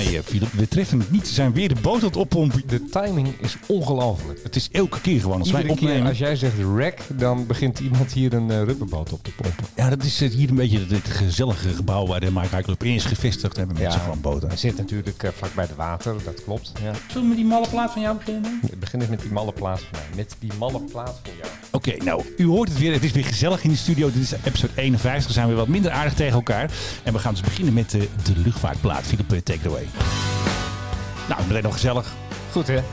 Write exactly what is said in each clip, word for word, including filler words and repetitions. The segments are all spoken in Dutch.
Nee, uh, Philip, we treffen het niet. Ze zijn weer de boot aan het oppompen. De timing is ongelooflijk. Het is elke keer gewoon als Iedere wij opnemen. keer als jij zegt rek, dan begint iemand hier een uh, rubberboot op te pompen. Ja, dat is uh, hier een beetje het, het gezellige gebouw waar de Mike High Club in is gevestigd. Hebben mensen Ja, gewoon boten. Het zit natuurlijk uh, vlak bij het water, dat klopt. Ja. Zullen we met die malle plaat van jou beginnen? Ik begin eens met die malle plaat van mij. Met die malle plaat van jou. Oké, okay, nou, u hoort het weer. Het is weer gezellig in de studio. Dit is episode eenenvijftig. We zijn weer wat minder aardig tegen elkaar. En we gaan dus beginnen met uh, de luchtvaartplaat. Philip, take it away. Nou, meteen nog gezellig. Goed, hè?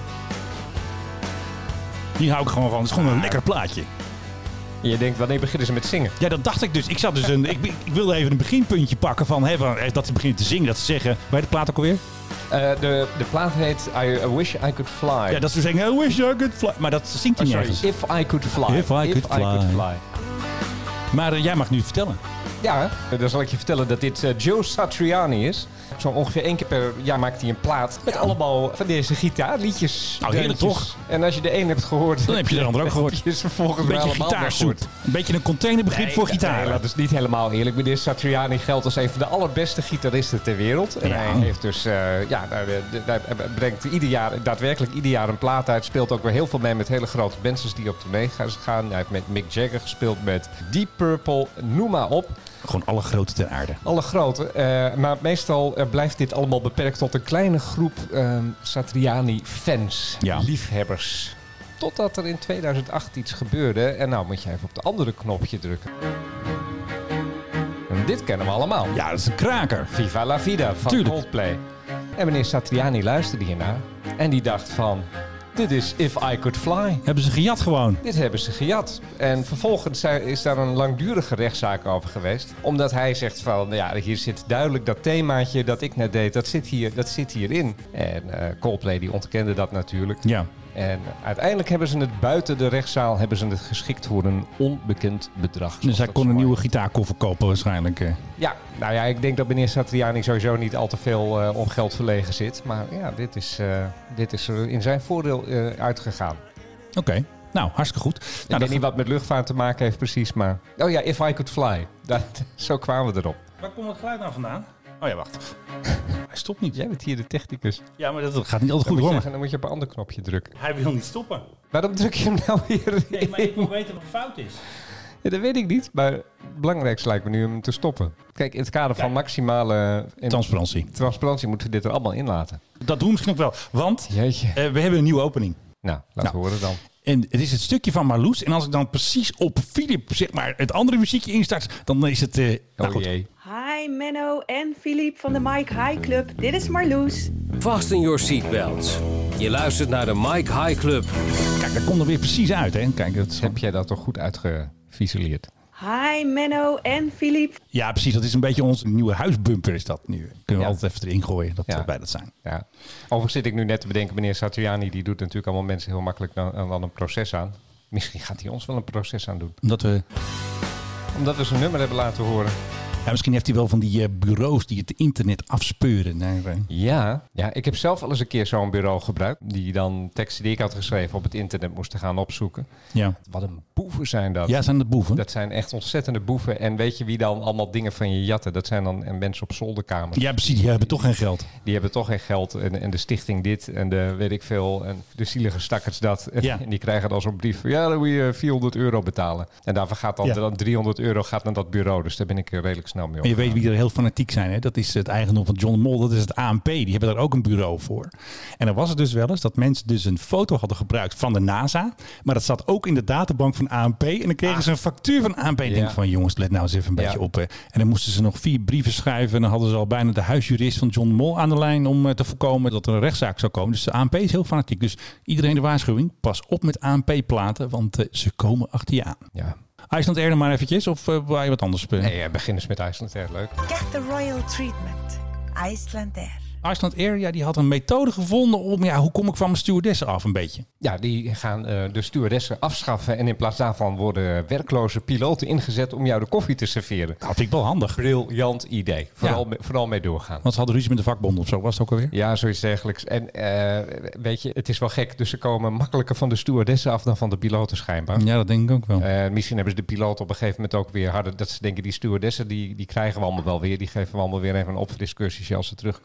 Hier hou ik gewoon van. Het is gewoon een lekker plaatje. Je denkt, wanneer beginnen ze met zingen? Ja, dat dacht ik dus. Ik, zat dus een, ik, ik wilde even een beginpuntje pakken van, hè, van dat ze beginnen te zingen. Dat ze zeggen, waar de plaat ook alweer? Uh, de, de plaat heet I, I Wish I Could Fly. Ja, dat ze zeggen, I wish I could fly. Maar dat zingt hij oh, nergens. If I Could Fly. If I Could, If fly. I could fly. Maar uh, jij mag nu vertellen. Ja, dan zal ik je vertellen dat dit uh, Joe Satriani is. Zo ongeveer één keer per jaar maakt hij een plaat met allemaal van deze gitaarliedjes. Nou, heerlijk toch? En als je de een hebt gehoord, dan heb je de ander ook gehoord. Heb je ze volgens een beetje gitaarsoep. Een beetje een containerbegrip nee, voor gitaar. Nee, dat is niet helemaal eerlijk. Meneer Satriani geldt als een van de allerbeste gitaristen ter wereld. En ja. hij heeft dus, uh, ja, hij brengt ieder jaar, daadwerkelijk ieder jaar een plaat uit. Speelt ook weer heel veel mee met hele grote bands die op tournee gaan. Hij heeft met Mick Jagger gespeeld, met Deep Purple, noem maar op. Gewoon alle grote ter aarde. Alle grote. Uh, maar meestal uh, blijft dit allemaal beperkt tot een kleine groep uh, Satriani-fans. Ja. Liefhebbers. Totdat er in tweeduizend acht iets gebeurde. En nou moet je even op de andere knopje drukken. En dit kennen we allemaal. Ja, dat is een kraker. Viva la Vida van Tuurlijk. Coldplay. En meneer Satriani luisterde hiernaar. En die dacht van... Dit is If I Could Fly. Hebben ze gejat gewoon? Dit hebben ze gejat. En vervolgens is daar een langdurige rechtszaak over geweest. Omdat hij zegt van, ja, hier zit duidelijk dat themaatje dat ik net deed, dat zit, hier, dat zit hierin. En uh, Coldplay die ontkende dat natuurlijk. Ja. En uiteindelijk hebben ze het buiten de rechtszaal hebben ze het geschikt voor een onbekend bedrag. Dus hij kon een nieuwe gitaarkoffer kopen waarschijnlijk. Uh. Ja, nou ja, ik denk dat meneer Satriani sowieso niet al te veel uh, om geld verlegen zit. Maar ja, dit is, uh, dit is er in zijn voordeel uh, uitgegaan. Oké, okay. Nou, hartstikke goed. Ik nou, weet niet wat met luchtvaart te maken heeft precies, maar... Oh ja, If I Could Fly. Dat, zo kwamen we erop. Waar komt het geluid nou vandaan? Oh ja, wacht. Hij stopt niet. Jij bent hier de technicus. Ja, maar dat gaat niet altijd goed hoor. Dan moet je op een ander knopje drukken. Hij wil niet stoppen. Waarom druk je hem nou weer? Nee, maar ik wil weten wat er fout is. Ja, dat weet ik niet, maar het belangrijkste lijkt me nu hem te stoppen. Kijk, in het kader van maximale... Transparantie. Transparantie moeten we dit er allemaal in laten. Dat doen we misschien ook wel, want Jeetje. Uh, we hebben een nieuwe opening. Nou, laten nou. we horen dan. En het is het stukje van Marloes. En als ik dan precies op Philip, zeg maar, het andere muziekje instart, dan is het... Uh, nou oh jee. Hi Menno en Philip van de Mike High Club. Dit is Marloes. Fasten your seatbelts. Je luistert naar de Mike High Club. Kijk, dat komt er weer precies uit, hè? Kijk, dat is... Heb jij dat toch goed uitgevisualiseerd? Hi Menno en Philip. Ja, precies. Dat is een beetje onze nieuwe huisbumper is dat nu. Kunnen we ja. altijd even erin gooien dat ja. wij dat zijn. Ja. Overigens zit ik nu net te bedenken, meneer Satriani, die doet natuurlijk allemaal mensen heel makkelijk dan, dan een proces aan. Misschien gaat hij ons wel een proces aan doen. Omdat we... Omdat we zijn nummer hebben laten horen. Ja, misschien heeft hij wel van die uh, bureaus die het internet afspeuren. Nee, nee. Ja, ja, ik heb zelf al eens een keer zo'n bureau gebruikt. Die dan teksten die ik had geschreven op het internet moesten gaan opzoeken. Ja. Wat een boeven zijn dat. Ja, zijn de boeven. Dat zijn echt ontzettende boeven. En weet je wie dan allemaal dingen van je jatten? Dat zijn dan en mensen op zolderkamers. Ja, precies. Die hebben toch geen geld. Die hebben toch geen geld. En, en de stichting dit en de weet ik veel. En de zielige stakkerts dat. En, ja. en die krijgen dan zo'n brief. Ja, dan moet je vierhonderd euro betalen. En daarvoor gaat dan, ja. dan driehonderd euro gaat naar dat bureau. Dus daar ben ik redelijk snel mee op. En je weet wie er heel fanatiek zijn. Hè? Dat is het eigendom van John de Mol. Dat is het A N P. Die hebben daar ook een bureau voor. En dan was het dus wel eens dat mensen dus een foto hadden gebruikt van de NASA. Maar dat zat ook in de databank van A N P. En dan kregen ah. ze een factuur van A N P. En ja. denk van jongens, let nou eens even een ja. beetje op. Hè. En dan moesten ze nog vier brieven schrijven. En dan hadden ze al bijna de huisjurist van John de Mol aan de lijn om te voorkomen dat er een rechtszaak zou komen. Dus de A N P is heel fanatiek. Dus iedereen de waarschuwing. Pas op met A N P-platen, want uh, ze komen achter je aan. Ja. IJsland Air dan maar eventjes, of uh, wil je wat anders spelen? Nee, begin eens met IJsland Air, leuk. Get the royal treatment. IJsland Air. IJsland Air, ja, die had een methode gevonden om, ja, hoe kom ik van mijn stewardessen af een beetje? Ja, die gaan uh, de stewardessen afschaffen en in plaats daarvan worden werkloze piloten ingezet om jou de koffie te serveren. Dat vind ik wel handig. Briljant idee. Vooral, ja. mee, vooral mee doorgaan. Want ze hadden ruzie met de vakbond of zo, was het ook alweer? Ja, zoiets dergelijks. En uh, weet je, het is wel gek, dus ze komen makkelijker van de stewardessen af dan van de piloten schijnbaar. Ja, dat denk ik ook wel. Uh, misschien hebben ze de piloten op een gegeven moment ook weer harder, dat ze denken die stewardessen, die, die krijgen we allemaal wel weer. Die geven we allemaal weer even een opfriscursusje als ze terugkomen. Dus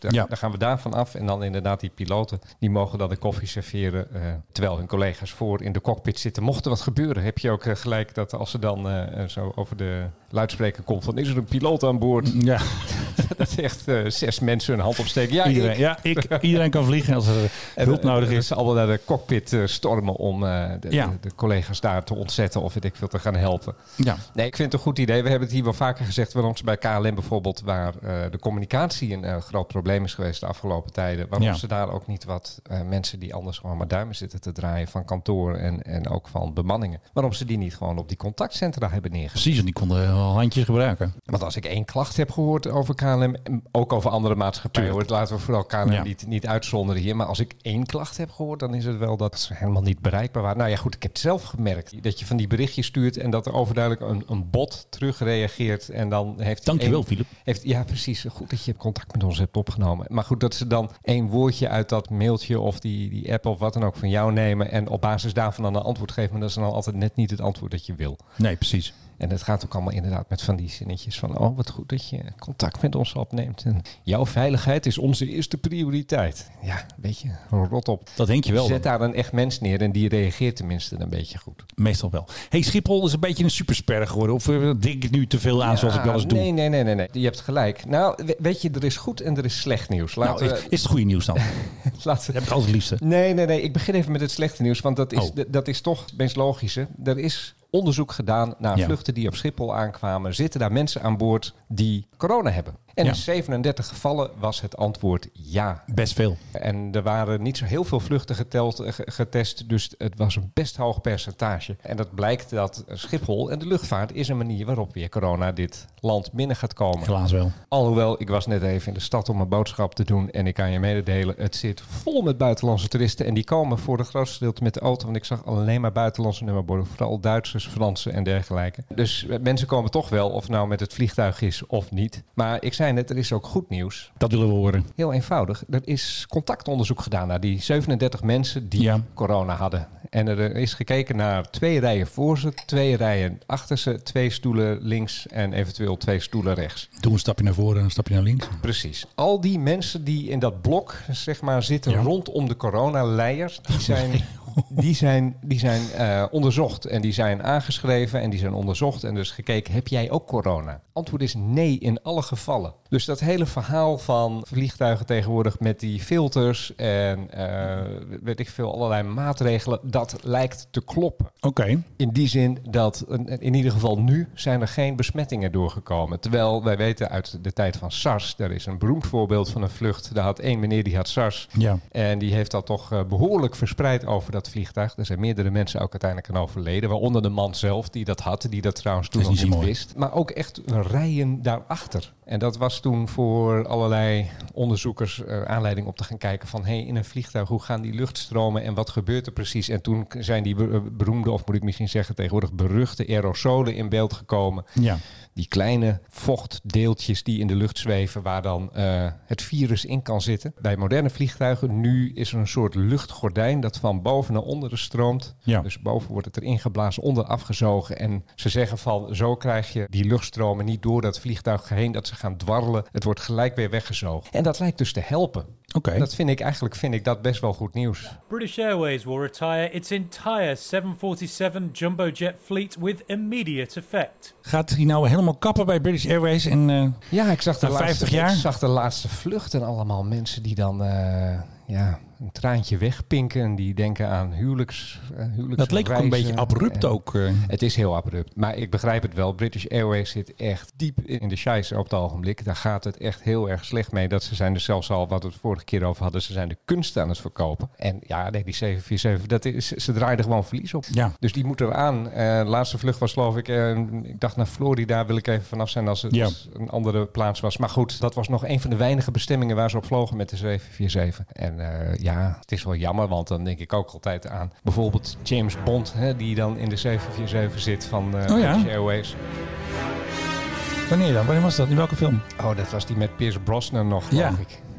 Dan, Ja. dan gaan we daarvan af. En dan inderdaad die piloten, die mogen dan de koffie serveren. Uh, terwijl hun collega's voor in de cockpit zitten. Mocht er wat gebeuren, heb je ook uh, gelijk dat als ze dan uh, zo over de luidspreker komt van is er een piloot aan boord? Ja. Dat echt uh, zes mensen hun hand opsteken. Ja, iedereen, ik. ja ik, iedereen kan vliegen als er hulp en, nodig en, is. Ze allemaal naar de cockpit uh, stormen om uh, de, ja. de, de collega's daar te ontzetten of weet ik veel te gaan helpen. Ja. Nee, ik vind het een goed idee. We hebben het hier wel vaker gezegd waarom ze bij K L M bijvoorbeeld, waar uh, de communicatie een uh, groot probleem is geweest de afgelopen tijden, waarom ja. ze daar ook niet wat uh, mensen die anders gewoon maar duimen zitten te draaien van kantoor en, en ook van bemanningen, waarom ze die niet gewoon op die contactcentra hebben neergezet. Precies, want die konden wel handjes gebruiken. Want als ik één klacht heb gehoord over K L M, ook over andere maatschappijen, hoor, laten we vooral K L M ja. niet, niet uitzonderen hier, maar als ik één klacht heb gehoord, dan is het wel dat ze helemaal niet bereikbaar waren. Nou ja, goed, ik heb het zelf gemerkt. Dat je van die berichtjes stuurt en dat er overduidelijk een, een bot terugreageert en dan heeft hij Dankjewel, Philip. Heeft, ja, precies. Goed dat je contact met ons hebt opgenomen. Maar goed, dat ze dan één woordje uit dat mailtje of die, die app of wat dan ook van jou nemen en op basis daarvan dan een antwoord geven, maar dat is dan altijd net niet het antwoord dat je wil. Nee, precies. En het gaat ook allemaal inderdaad met van die zinnetjes van oh, wat goed dat je contact met ons opneemt. En jouw veiligheid is onze eerste prioriteit. Ja, weet je, rot op. Dat denk je wel. Zet daar een echt mens neer en die reageert tenminste een beetje goed. Meestal wel. Hey, Schiphol is een beetje een supersperre geworden. Of denk ik nu te veel aan ja, zoals ik wel eens doe? Nee, nee, nee, nee, nee. Je hebt gelijk. Nou, weet je, er is goed en er is slecht nieuws. Laten nou, we... Is het goede nieuws dan? Laten we... heb ik altijd het liefste. Nee, nee, nee. Ik begin even met het slechte nieuws. Want dat is, oh. dat is toch het meest logische. Er is onderzoek gedaan naar ja. vluchten die op Schiphol aankwamen. Zitten daar mensen aan boord die corona hebben? En ja. in zevenendertig gevallen was het antwoord ja. Best veel. En er waren niet zo heel veel vluchten geteld, getest, dus het was een best hoog percentage. En dat blijkt dat Schiphol en de luchtvaart is een manier waarop weer corona dit land binnen gaat komen. Helaas wel. Alhoewel, ik was net even in de stad om een boodschap te doen en ik kan je mededelen, het zit vol met buitenlandse toeristen en die komen voor de grootste gedeelte met de auto, want ik zag alleen maar buitenlandse nummerborden, vooral Duitsers, Fransen en dergelijke. Dus mensen komen toch wel, of het nou met het vliegtuig is of niet. Maar ik zei net, er is ook goed nieuws. Dat willen we horen. Heel eenvoudig. Er is contactonderzoek gedaan naar die zevenendertig mensen die ja. corona hadden. En er is gekeken naar twee rijen voor ze, twee rijen achter ze, twee stoelen links en eventueel twee stoelen rechts. Doe een stapje naar voren en een stapje naar links. Precies. Al die mensen die in dat blok zeg maar zitten ja. rondom de coronaleiers, die zijn... Die zijn, die zijn uh, onderzocht en die zijn aangeschreven en die zijn onderzocht en dus gekeken, heb jij ook corona? Antwoord is nee in alle gevallen. Dus dat hele verhaal van vliegtuigen tegenwoordig met die filters en uh, weet ik veel, allerlei maatregelen, dat lijkt te kloppen. Oké. Okay. In die zin dat in ieder geval nu zijn er geen besmettingen doorgekomen. Terwijl wij weten uit de tijd van SARS, daar is een beroemd voorbeeld van een vlucht. Daar had één meneer die had SARS ja. en die heeft dat toch uh, behoorlijk verspreid over dat vliegtuig. Er zijn meerdere mensen ook uiteindelijk aan overleden. Waaronder de man zelf die dat had. Die dat trouwens toen nog niet, niet wist. Maar ook echt rijen daarachter. En dat was toen voor allerlei onderzoekers uh, aanleiding om te gaan kijken van... hé, hey, in een vliegtuig, hoe gaan die luchtstromen en wat gebeurt er precies? En toen zijn die beroemde, of moet ik misschien zeggen tegenwoordig beruchte aerosolen in beeld gekomen. Ja. Die kleine vochtdeeltjes die in de lucht zweven waar dan uh, het virus in kan zitten. Bij moderne vliegtuigen nu is er een soort luchtgordijn dat van boven naar onderen stroomt. Ja. Dus boven wordt het erin geblazen, onder afgezogen. En ze zeggen van zo krijg je die luchtstromen niet door dat vliegtuig heen dat ze gaan dwarrelen. Het wordt gelijk weer weggezogen. En dat lijkt dus te helpen. Okay. Dat vind ik eigenlijk vind ik dat best wel goed nieuws. British Airways will retire its entire seven forty-seven jumbo jet fleet with immediate effect. Gaat hij nou helemaal kappen bij British Airways in uh, ja, ik zag de laatste, vijftig jaar? Ik zag de laatste vluchten allemaal mensen die dan uh, ja, een traantje wegpinken en die denken aan huwelijks, uh, huwelijks Dat leek ook een beetje abrupt en, ook. Uh. Het is heel abrupt, maar ik begrijp het wel. British Airways zit echt diep in de scheisse op het ogenblik. Daar gaat het echt heel erg slecht mee. Dat ze zijn dus zelfs al, wat we het vorige keer over hadden, ze zijn de kunst aan het verkopen. En ja, nee, die zeven vier zeven, dat is, ze draaien er gewoon verlies op. Ja. Dus die moeten eraan. Uh, de laatste vlucht was geloof ik, uh, ik dacht naar Florida wil ik even vanaf zijn als het ja. een andere plaats was. Maar goed, dat was nog een van de weinige bestemmingen waar ze op vlogen met de zeven vier zeven. En uh, ja, het is wel jammer, want dan denk ik ook altijd aan bijvoorbeeld James Bond, hè, die dan in de zeven vier zeven zit van uh, oh, ja. British Airways. Wanneer dan? Wanneer was dat? In welke film? Oh, dat was die met Pierce Brosnan nog, geloof ja. ik.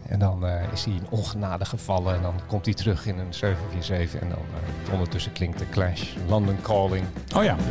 En dan uh, is hij in ongenade gevallen. En dan komt hij terug in een zeven vier zeven. En dan uh, ondertussen klinkt de Clash. London Calling. Oh ja.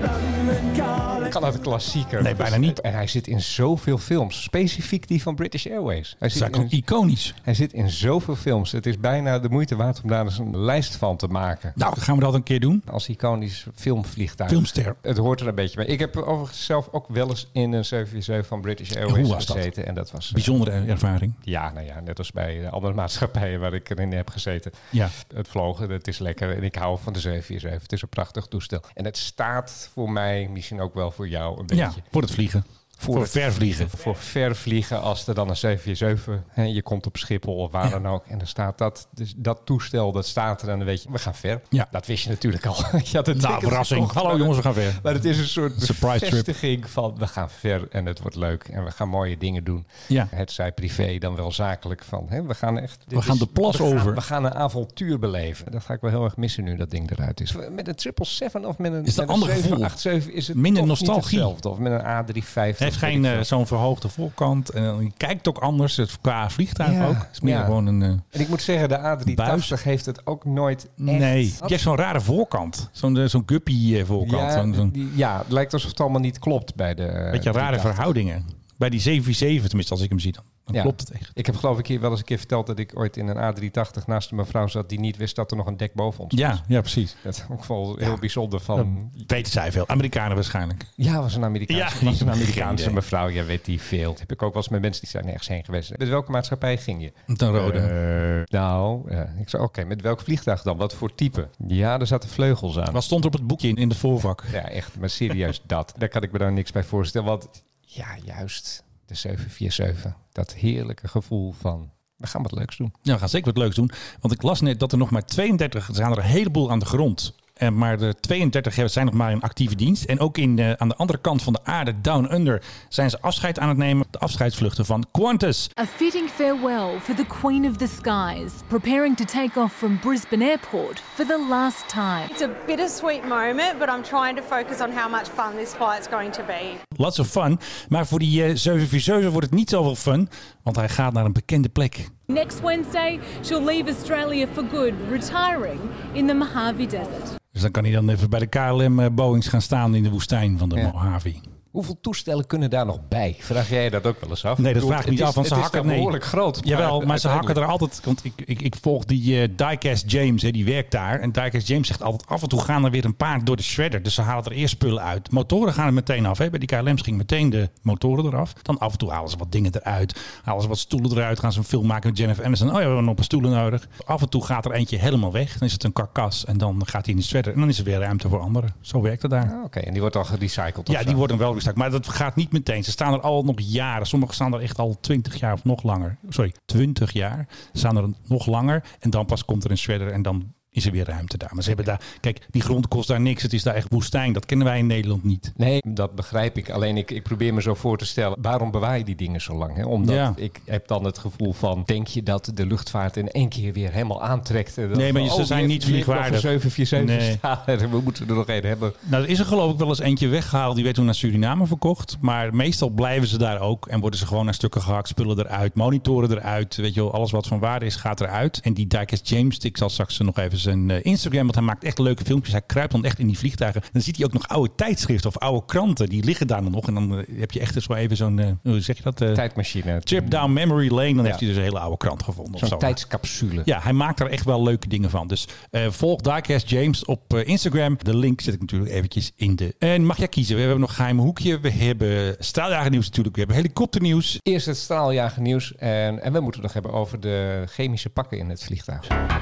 Kan dat een klassieker? Nee, bijna niet. En hij zit in zoveel films. Specifiek die van British Airways. Hij Dat is zit in, iconisch. hij zit in zoveel films. Het is bijna de moeite waard om daar eens een lijst van te maken. Nou, gaan we dat een keer doen. Als iconisch filmvliegtuig. Filmster. Het hoort er een beetje bij. Ik heb overigens zelf ook wel eens in een zeven vier zeven van British Airways Hoe was dat? gezeten. En dat was... Uh, Bijzondere ervaring. Ja, nou ja, net als bij uh, andere maatschappijen waar ik erin heb gezeten. Ja. Het vlogen, het is lekker. En ik hou van de zeven vier zeven. Het is een prachtig toestel. En het staat voor mij, misschien ook wel voor jou, een beetje... Ja, voor het vliegen. Voor, voor ver vliegen. Voor ver vliegen als er dan een zeven vier zeven... Hè, je komt op Schiphol of waar ja. dan ook. En dan staat dat, dus dat toestel, dat staat er en dan weet je, we gaan ver. Ja. Dat wist je natuurlijk al. je had het nou, verrassing. Gekocht, Hallo jongens, we gaan ver. Maar het is een soort surprise bevestiging trip. Van we gaan ver en het wordt leuk. En we gaan mooie dingen doen. Ja. Het zij privé, dan wel zakelijk. Van, hè, we gaan echt... We gaan is, de plas we over. Gaan, we gaan een avontuur beleven. Dat ga ik wel heel erg missen nu dat ding eruit is. Met een triple seven of met een, is met een een ander zeven gevoel. acht zeven is het minder toch nostalgie. Niet hetzelfde. Of met een A drie vijftig. Het heeft geen uh, zo'n verhoogde voorkant. En je kijkt ook anders. Het qua vliegtuig ja, ook. Het is meer ja. gewoon een uh, En ik moet zeggen, de A drie tachtig heeft het ook nooit echt... Nee, je hebt zo'n rare voorkant. Zo'n, zo'n guppy voorkant. Ja, zo'n, zo'n... Die, ja, het lijkt alsof het allemaal niet klopt bij de... Uh, Beetje rare verhoudingen. Bij die zeven vier zeven, tenminste als ik hem zie dan. Dan ja. klopt het echt. Ik heb geloof ik hier wel eens een keer verteld dat ik ooit in een A drie tachtig naast een mevrouw zat die niet wist dat er nog een dek boven ons was. Ja, ja precies. Dat is ook wel heel ja. bijzonder van... Dat weten zij veel. Amerikanen waarschijnlijk. Ja, was een Amerikaanse, ja, was een Amerikaanse mevrouw. Ja, weet die veel. Dat heb ik ook wel eens met mensen die zijn nergens heen geweest. Met welke maatschappij ging je? Met een rode. Uh, nou, uh, ik zei oké, okay, met welk vliegtuig dan? Wat voor type? Ja, er zaten vleugels aan. Wat stond er op het boekje in, in het voorvak? Ja, echt. Maar serieus dat. Daar kan ik me daar niks bij voorstellen. Want ja, juist... De zeven vier zeven. Dat heerlijke gevoel van, we gaan wat leuks doen. Ja, we gaan zeker wat leuks doen. Want ik las net dat er nog maar tweeëndertig, er zijn er een heleboel aan de grond. En maar de tweeëndertig zijn nog maar in actieve dienst. En ook in de, aan de andere kant van de aarde, Down Under, zijn ze afscheid aan het nemen. De afscheidsvluchten van Qantas. A fitting farewell for the Queen of the Skies, preparing to take off from Brisbane Airport for the last time. It's a bittersweet moment, but I'm trying to focus on how much fun this flight's going to be. Lots of fun. Maar voor die uh, zeven vier zeven wordt het niet zoveel fun, want hij gaat naar een bekende plek. Next Wednesday, she'll leave Australia for good, retiring in the Mojave Desert. Dus dan kan hij dan even bij de K L M uh, Boeings gaan staan in de woestijn van de ja. Mojave. Hoeveel toestellen kunnen daar nog bij? Vraag jij dat ook wel eens af? Nee, dat vraag ik niet af, want ze het hakken... Het is behoorlijk nee. groot. Jawel, maar ze hakken er altijd... Want ik, ik, ik volg die uh, Diecast James, hè, die werkt daar. En Diecast James zegt altijd, af en toe gaan er weer een paar door de shredder. Dus ze halen er eerst spullen uit. Motoren gaan er meteen af. Hè. Bij die K L M's ging meteen de motoren eraf. Dan af en toe halen ze wat dingen eruit. Halen ze wat stoelen eruit. Gaan ze een film maken met Jennifer Aniston. Oh ja, we hebben nog een paar stoelen nodig. Af en toe gaat er eentje helemaal weg. Dan is het een karkas. En dan gaat hij in de shredder. En dan is er weer ruimte voor anderen. Zo werkt het daar. Ah, Oké, okay. En die wordt dan gerecycled? Ja, die worden wel gerecycled. Maar dat gaat niet meteen. Ze staan er al nog jaren. Sommigen staan er echt al twintig jaar of nog langer. Sorry, twintig jaar. Ze staan er nog langer. En dan pas komt er een shredder en dan is er weer ruimte daar. Maar ze hebben daar... Kijk, die grond kost daar niks. Het is daar echt woestijn. Dat kennen wij in Nederland niet. Nee, dat begrijp ik. Alleen ik, ik probeer me zo voor te stellen. Waarom bewaar je die dingen zo lang? Hè? Omdat ja. ik heb dan het gevoel van... Denk je dat de luchtvaart in één keer weer helemaal aantrekt? Nee, maar van, ze oh, zijn niet vliegwaardig. zeven vier zeven nee. staan. We moeten er nog één hebben. Nou, er is er geloof ik wel eens eentje weggehaald. Die werd toen naar Suriname verkocht. Maar meestal blijven ze daar ook. En worden ze gewoon naar stukken gehakt. Spullen eruit. Monitoren eruit. Weet je wel, alles wat van waarde is gaat eruit. En die Diecast James, ik zal straks nog even zijn uh, Instagram... Want hij maakt echt leuke filmpjes. Hij kruipt dan echt in die vliegtuigen. Dan ziet hij ook nog oude tijdschriften of oude kranten. Die liggen daar nog. En dan uh, heb je echt zo even zo'n... Uh, hoe zeg je dat? Uh, Tijdmachine. Trip down memory lane. Dan ja. heeft hij dus een hele oude krant gevonden. Zo'n of zo. tijdscapsule. Ja, hij maakt er echt wel leuke dingen van. Dus uh, volg Diecast James op uh, Instagram. De link zet ik natuurlijk eventjes in de... En mag jij kiezen. We hebben nog een geheim hoekje. We hebben straaljagernieuws natuurlijk. We hebben helikopternieuws. Eerst het straaljagernieuws. En, en we moeten het nog hebben over de chemische pakken in het vliegtuig.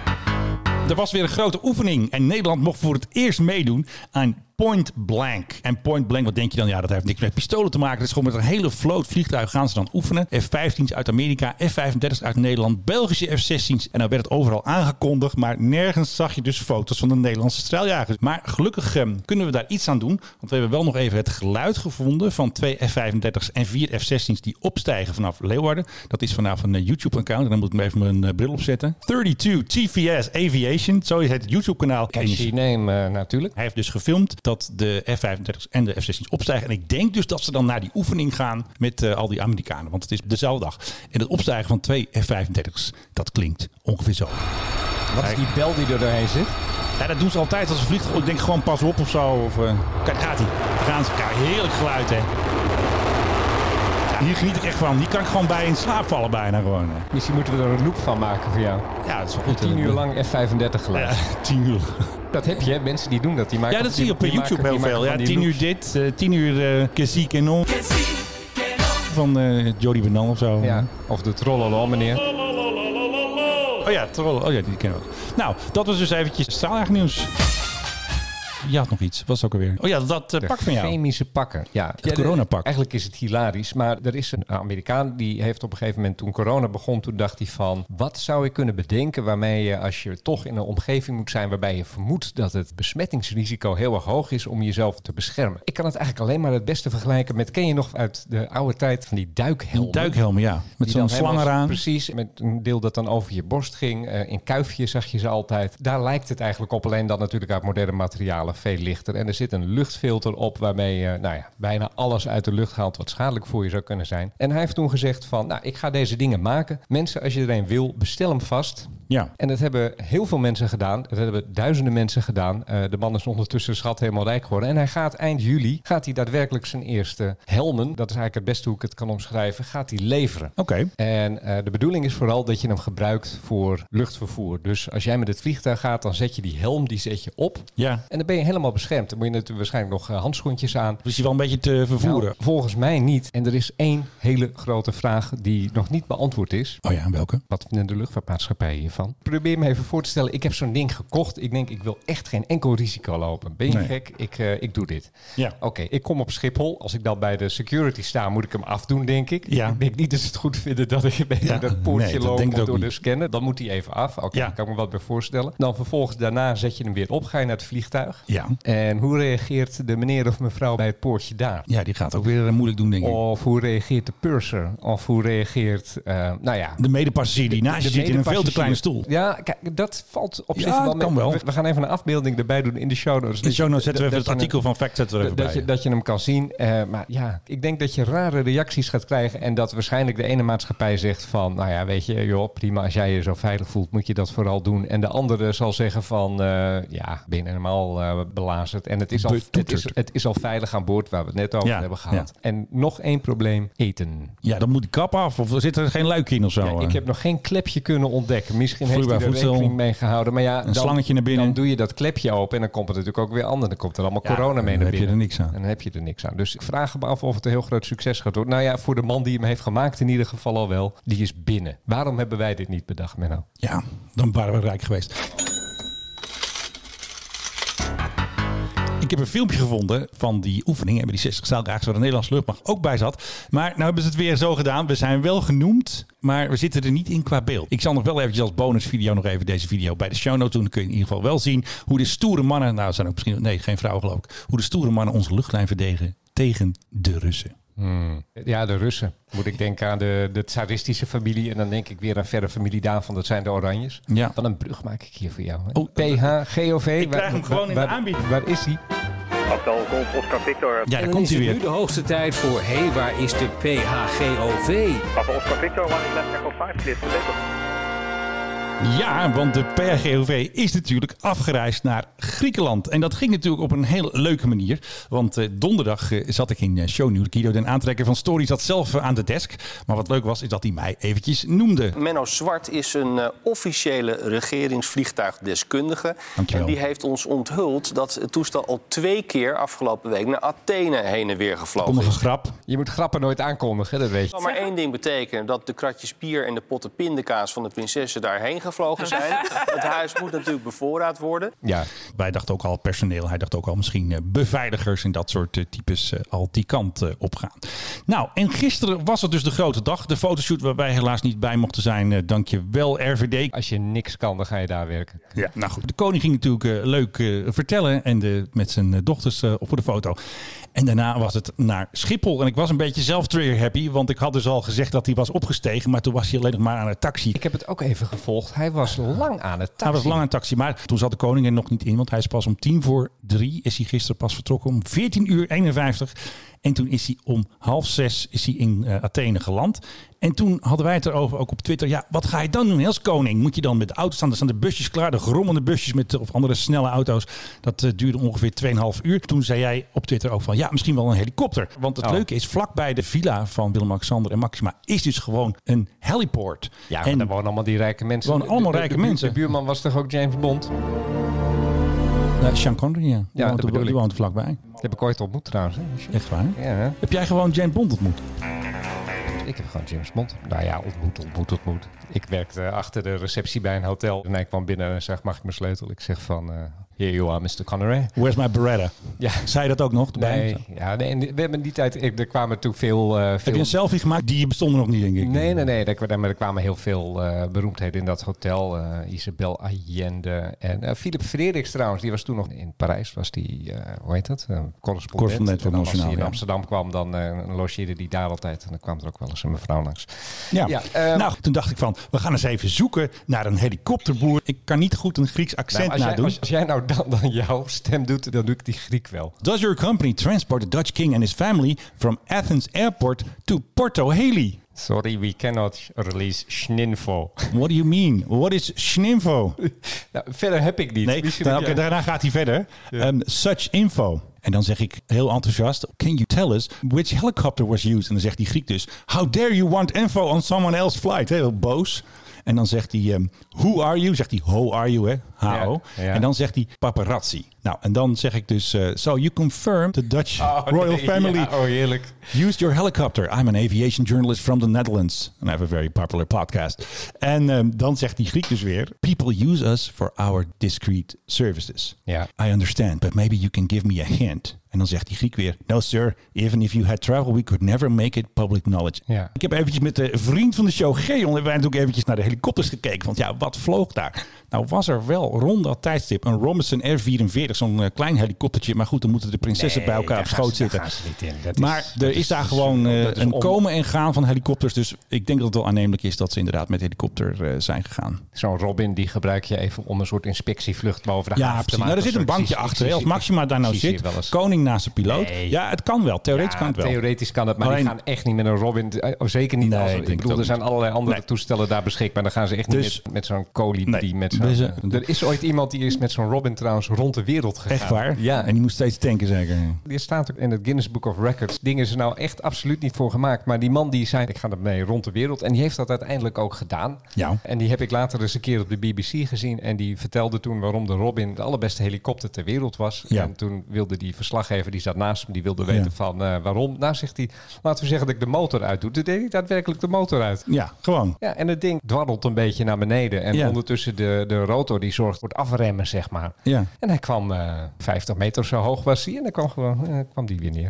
Er was weer een grote oefening en Nederland mocht voor het eerst meedoen aan Point Blank. En Point Blank, wat denk je dan? Ja, dat heeft niks met pistolen te maken. Het is gewoon met een hele vloot vliegtuigen gaan ze dan oefenen. F vijftien's uit Amerika, F vijfendertig's uit Nederland, Belgische F zestien's. En dan werd het overal aangekondigd, maar nergens zag je dus foto's van de Nederlandse straaljagers. Maar gelukkig um, kunnen we daar iets aan doen. Want we hebben wel nog even het geluid gevonden van twee F vijfendertig's en vier F zestien's die opstijgen vanaf Leeuwarden. Dat is vanaf een uh, YouTube-account. En dan moet ik even mijn uh, bril opzetten. tweeëndertig T V S Aviation, zo heet het YouTube-kanaal. Catchy name uh, natuurlijk. Hij heeft dus gefilmd dat de F vijfendertig en de F zestien opstijgen. En ik denk dus dat ze dan naar die oefening gaan met uh, al die Amerikanen. Want het is dezelfde dag. En het opstijgen van twee F vijfendertig's, dat klinkt ongeveer zo. Wat is die bel die er doorheen zit? Ja, dat doen ze altijd als ze vliegen. Ik denk gewoon pas op of zo. Of, uh... Kijk, gaat hij. Daar gaan ze. Kijk, heerlijk geluid, hè. Ja, hier geniet ik echt van. Hier kan ik gewoon bij in slaap vallen bijna gewoon. Hè. Misschien moeten we er een loop van maken voor jou. Ja, dat is wel goed. Tien uur lang F vijfendertig geluid. Ja, tien uur. Dat heb je, hè? Mensen die doen dat. Die maken Ja, dat die, zie je op YouTube maken, heel veel. Ja, tien loops. uur dit, uh, tien uur uh, Cassie Canon. Van uh, Jody Benan of zo. Ja, of de Trollolo, meneer. Oh ja, Troll. Oh ja, die kennen we ook. Nou, dat was dus eventjes straaljagernieuws. Je had nog iets. Wat was het ook alweer? Oh ja, dat uh, pak van jou. Chemische pakken. Ja, het coronapak. Eigenlijk is het hilarisch. Maar er is een Amerikaan die heeft op een gegeven moment, toen corona begon, toen dacht hij van, wat zou ik kunnen bedenken waarmee je, als je toch in een omgeving moet zijn waarbij je vermoedt dat het besmettingsrisico heel erg hoog is, om jezelf te beschermen. Ik kan het eigenlijk alleen maar het beste vergelijken met, ken je nog uit de oude tijd van die duikhelmen? Duikhelmen, ja. Met zo'n slang eraan. Precies, met een deel dat dan over je borst ging. Uh, in kuifjes zag je ze altijd. Daar lijkt het eigenlijk op, alleen dan natuurlijk uit moderne materialen veel lichter. En er zit een luchtfilter op waarmee je nou ja, bijna alles uit de lucht haalt wat schadelijk voor je zou kunnen zijn. En hij heeft toen gezegd van, nou, ik ga deze dingen maken. Mensen, als je er een wil, bestel hem vast. Ja. En dat hebben heel veel mensen gedaan. Dat hebben duizenden mensen gedaan. Uh, de man is ondertussen schat helemaal rijk geworden. En hij gaat eind juli, gaat hij daadwerkelijk zijn eerste helmen, dat is eigenlijk het beste hoe ik het kan omschrijven, gaat hij leveren. Oké. Okay. En uh, de bedoeling is vooral dat je hem gebruikt voor luchtvervoer. Dus als jij met het vliegtuig gaat, dan zet je die helm, die zet je op. Ja. En dan ben je helemaal beschermd. Dan moet je natuurlijk waarschijnlijk nog uh, handschoentjes aan. Dus je wel een beetje te vervoeren? Nou, volgens mij niet. En er is één hele grote vraag die nog niet beantwoord is. Oh ja, en welke? Wat vinden de luchtvaartmaatschappijen hiervan? Probeer me even voor te stellen. Ik heb zo'n ding gekocht. Ik denk, ik wil echt geen enkel risico lopen. Ben je nee. gek? Ik, uh, ik doe dit. Ja. Oké, okay, ik kom op Schiphol. Als ik dan bij de security sta, moet ik hem afdoen, denk ik. Ja. Ik denk niet dat ze het goed vinden dat ik bij ja. dat poortje nee, loop of door niet. de scanner. Dan moet hij even af. Oké, okay, ja. daar kan ik me wat bij voorstellen. Dan vervolgens daarna zet je hem weer op. Ga je naar het vliegtuig. Ja. En hoe reageert de meneer of mevrouw bij het poortje daar? Ja, die gaat ook weer moeilijk doen, denk ik. Of hoe reageert de purser? Of hoe reageert, uh, nou ja... de medepassagier die naast je zit in een veel te kleine stoel. Ja, kijk, dat valt op ja, zich wel mee. Kan wel. We, we gaan even een afbeelding erbij doen in de show notes. In de show notes zetten we even het artikel van Fact zetten we er even dat bij. Je, dat je hem kan zien. Uh, maar ja, ik denk dat je rare reacties gaat krijgen. En dat waarschijnlijk de ene maatschappij zegt van, nou ja, weet je, joh, prima, als jij je zo veilig voelt, moet je dat vooral doen. En de andere zal zeggen van, uh, ja, ben je helemaal uh, belazerd. En het is, al, het, is, het is al veilig aan boord, waar we het net over ja, hebben gehad. Ja. En nog één probleem, eten. Ja, dan moet die kap af. Of zit er geen luik in of zo? Ja, ik heb nog geen klepje kunnen ontdekken. Misschien heeft hij er voedsel, rekening mee gehouden. Maar ja, een dan, slangetje naar binnen. Dan doe je dat klepje open en dan komt het natuurlijk ook weer anders. Dan komt er allemaal ja, corona mee naar binnen. Dan heb je er niks aan. En dan heb je er niks aan. Dus ik vraag me af of het een heel groot succes gaat worden. Nou ja, voor de man die hem heeft gemaakt in ieder geval al wel. Die is binnen. Waarom hebben wij dit niet bedacht, Menno? Ja, dan waren we rijk geweest. Ik heb een filmpje gevonden van die oefening. Hebben die zestig stijldragers waar de Nederlandse luchtmacht ook bij zat. Maar nou hebben ze het weer zo gedaan. We zijn wel genoemd, maar we zitten er niet in qua beeld. Ik zal nog wel eventjes als bonusvideo nog even deze video bij de show notes doen. Dan kun je in ieder geval wel zien hoe de stoere mannen, nou zijn ook misschien, nee geen vrouwen geloof ik. Hoe de stoere mannen onze luchtlijn verdedigen tegen de Russen. Hmm. Ja, de Russen. Moet ik denken aan de, de tsaristische familie. En dan denk ik weer aan verder familie daarvan. Dat zijn de Oranjes. Ja. Wat een brug maak ik hier voor jou. Hè? Oh, P H G O V. Ik krijg hem gewoon in de aanbieding. Waar is hij? Hotel Golf Oscar Victor. Ja, daar komt hij weer. Nu de hoogste tijd voor hé, hey, waar is de P H G O V? Papa Oscar Victor, one left echo vijf, clear for takeoff. Ja, want de P H G O V is natuurlijk afgereisd naar Griekenland. En dat ging natuurlijk op een hele leuke manier. Want uh, donderdag uh, zat ik in uh, Shownieuws. Guido den aantrekker van Story zat zelf uh, aan de desk. Maar wat leuk was, is dat hij mij eventjes noemde. Menno Zwart is een uh, officiële regeringsvliegtuigdeskundige. Dankjewel. En die heeft ons onthuld dat het toestel al twee keer afgelopen week naar Athene heen en weer gevlogen Kom nog een is. grap. Je moet grappen nooit aankondigen, dat weet je. Het kan maar één ding betekenen, dat de kratjes bier en de potten pindakaas van de prinsessen daarheen gevlogen zijn. Het huis moet natuurlijk bevoorraad worden. Ja, wij dachten ook al personeel. Hij dacht ook al misschien uh, beveiligers en dat soort uh, types uh, al die kant uh, opgaan. Nou, en gisteren was het dus de grote dag. De fotoshoot waar wij helaas niet bij mochten zijn. Uh, dankjewel R V D. Als je niks kan, dan ga je daar werken. Ja, nou goed. De koning ging natuurlijk uh, leuk uh, vertellen. En de, met zijn uh, dochters uh, op voor de foto. En daarna was het naar Schiphol. En ik was een beetje zelf trigger happy. Want ik had dus al gezegd dat hij was opgestegen. Maar toen was hij alleen nog maar aan de taxi. Ik heb het ook even gevolgd. Hij was lang aan het taxi. Hij was lang aan het taxi, maar toen zat de koning er nog niet in. Want hij is pas om tien voor drie, is hij gisteren pas vertrokken. Om veertien uur eenenvijftig. En toen is hij om half zes is hij in uh, Athene geland. En toen hadden wij het erover, ook op Twitter. Ja, wat ga je dan doen als koning? Moet je dan met de auto's staan? Er staan de busjes klaar, de grommende busjes met of andere snelle auto's. Dat uh, duurde ongeveer twee komma vijf uur. Toen zei jij op Twitter ook van, ja, misschien wel een helikopter. Want het oh. leuke is, vlakbij de villa van Willem-Alexander en Maxima is dus gewoon een heliport. Ja, en daar wonen allemaal die rijke mensen. Wonen allemaal de, de, rijke de, de, mensen. De buurman was toch ook James Bond? Uh, Sean Connery, ja. Die, ja, woont, die woont er vlakbij. Die heb ik ooit ontmoet trouwens. Hè? Echt waar? Ja, hè? Heb jij gewoon James Bond ontmoet? Ik heb gewoon James Bond. Nou ja, ontmoet, ontmoet, ontmoet. Ik werkte achter de receptie bij een hotel. En hij kwam binnen en zei, mag ik mijn sleutel? Ik zeg van, uh, here you are, mister Connery. Where's my Beretta? Ja. Zei je dat ook nog? Nee, ja, nee, we hebben die tijd, ik, er kwamen natuurlijk veel, uh, veel... Heb je een selfie gemaakt? Die bestonden nog niet, denk ik. Nee, nee, nee. Er, er kwamen heel veel uh, beroemdheden in dat hotel. Uh, Isabel Allende en uh, Philip Frederiks trouwens. Die was toen nog in Parijs. Was die, uh, hoe heet dat? Uh, correspondent. Correspondent van Nationaal. Als hij in ja. Amsterdam kwam, dan uh, logeerde die daar altijd. En dan kwam er ook wel eens een mevrouw langs. Ja. ja uh, nou, toen dacht ik van, we gaan eens even zoeken naar een helikopterboer. Ik kan niet goed een Grieks accent nou, als nadoen. Jij, als, als jij nou dan, dan jouw stem doet, dan doe ik die Griek wel. Does your company transport the Dutch king and his family from Athens airport to Porto Heli? Sorry, we cannot release Schninfo. What do you mean? What is Schninfo? nou, verder heb ik niet. Nee, dan, okay, daarna gaat hij verder. Ja. Um, such info. En dan zeg ik heel enthousiast, can you tell us which helicopter was used? En dan zegt die Griek dus, how dare you want info on someone else's flight? Heel boos. En dan zegt hij, um, who are you? Zegt hij, how are you, hè? H O. Ja, ja. En dan zegt hij, paparazzi. Nou, en dan zeg ik dus, uh, so you confirm the Dutch oh, royal nee, family ja, oh, heerlijk. used your helicopter. I'm an aviation journalist from the Netherlands. And I have a very popular podcast. En um, dan zegt die Griek dus weer, people use us for our discreet services. Ja. I understand, but maybe you can give me a hint. En dan zegt die Griek weer, no sir, even if you had travel, we could never make it public knowledge. Ja. Ik heb eventjes met de vriend van de show, Geon, hebben wij natuurlijk eventjes naar de helikopters gekeken. Want ja, wat vloog daar? Nou was er wel rond dat tijdstip een Robinson R vierenveertig, zo'n uh, klein helikoptertje. Maar goed, dan moeten de prinsessen nee, bij elkaar op schoot ze, zitten. Daar gaan ze niet in. Dat maar is, er is, is daar is, gewoon uh, een on... komen en gaan van helikopters. Dus ik denk dat het wel aannemelijk is dat ze inderdaad met helikopter uh, zijn gegaan. Zo'n Robin, die gebruik je even om een soort inspectievlucht boven de ja, haven te maken. Nou, er zit een bankje achter. Als Maxima daar nou zit, koning naast de piloot. Nee. Ja, het kan wel. Theoretisch ja, kan het wel. Theoretisch kan het, maar Alleen, die gaan echt niet met een Robin. Oh, zeker niet. Nee, als, ik ik bedoel, er zijn niet. allerlei andere nee. toestellen daar beschikbaar. Dan gaan ze echt dus, niet met, met zo'n kolie. Nee, die met zo'n, dus, uh, er is ooit iemand die is met zo'n Robin trouwens rond de wereld gegaan. Echt waar? Ja. En die moest steeds tanken zeker. Die staat ook in het Guinness Book of Records. Dingen is er nou echt absoluut niet voor gemaakt. Maar die man die zei, ik ga ermee rond de wereld. En die heeft dat uiteindelijk ook gedaan. Ja. En die heb ik later eens een keer op de B B C gezien. En die vertelde toen waarom de Robin de allerbeste helikopter ter wereld was. Ja. En toen wilde die verslaggever, die zat naast hem, die wilde weten ja. van uh, waarom. Nou zegt hij, laten we zeggen dat ik de motor uitdoe. Toen deed hij daadwerkelijk de motor uit. Ja, gewoon. Ja, en het ding dwarrelt een beetje naar beneden. En ja. ondertussen de, de rotor die zorgt voor het afremmen, zeg maar. Ja. En hij kwam uh, vijftig meter zo hoog was hij. En dan kwam gewoon uh, kwam die weer neer.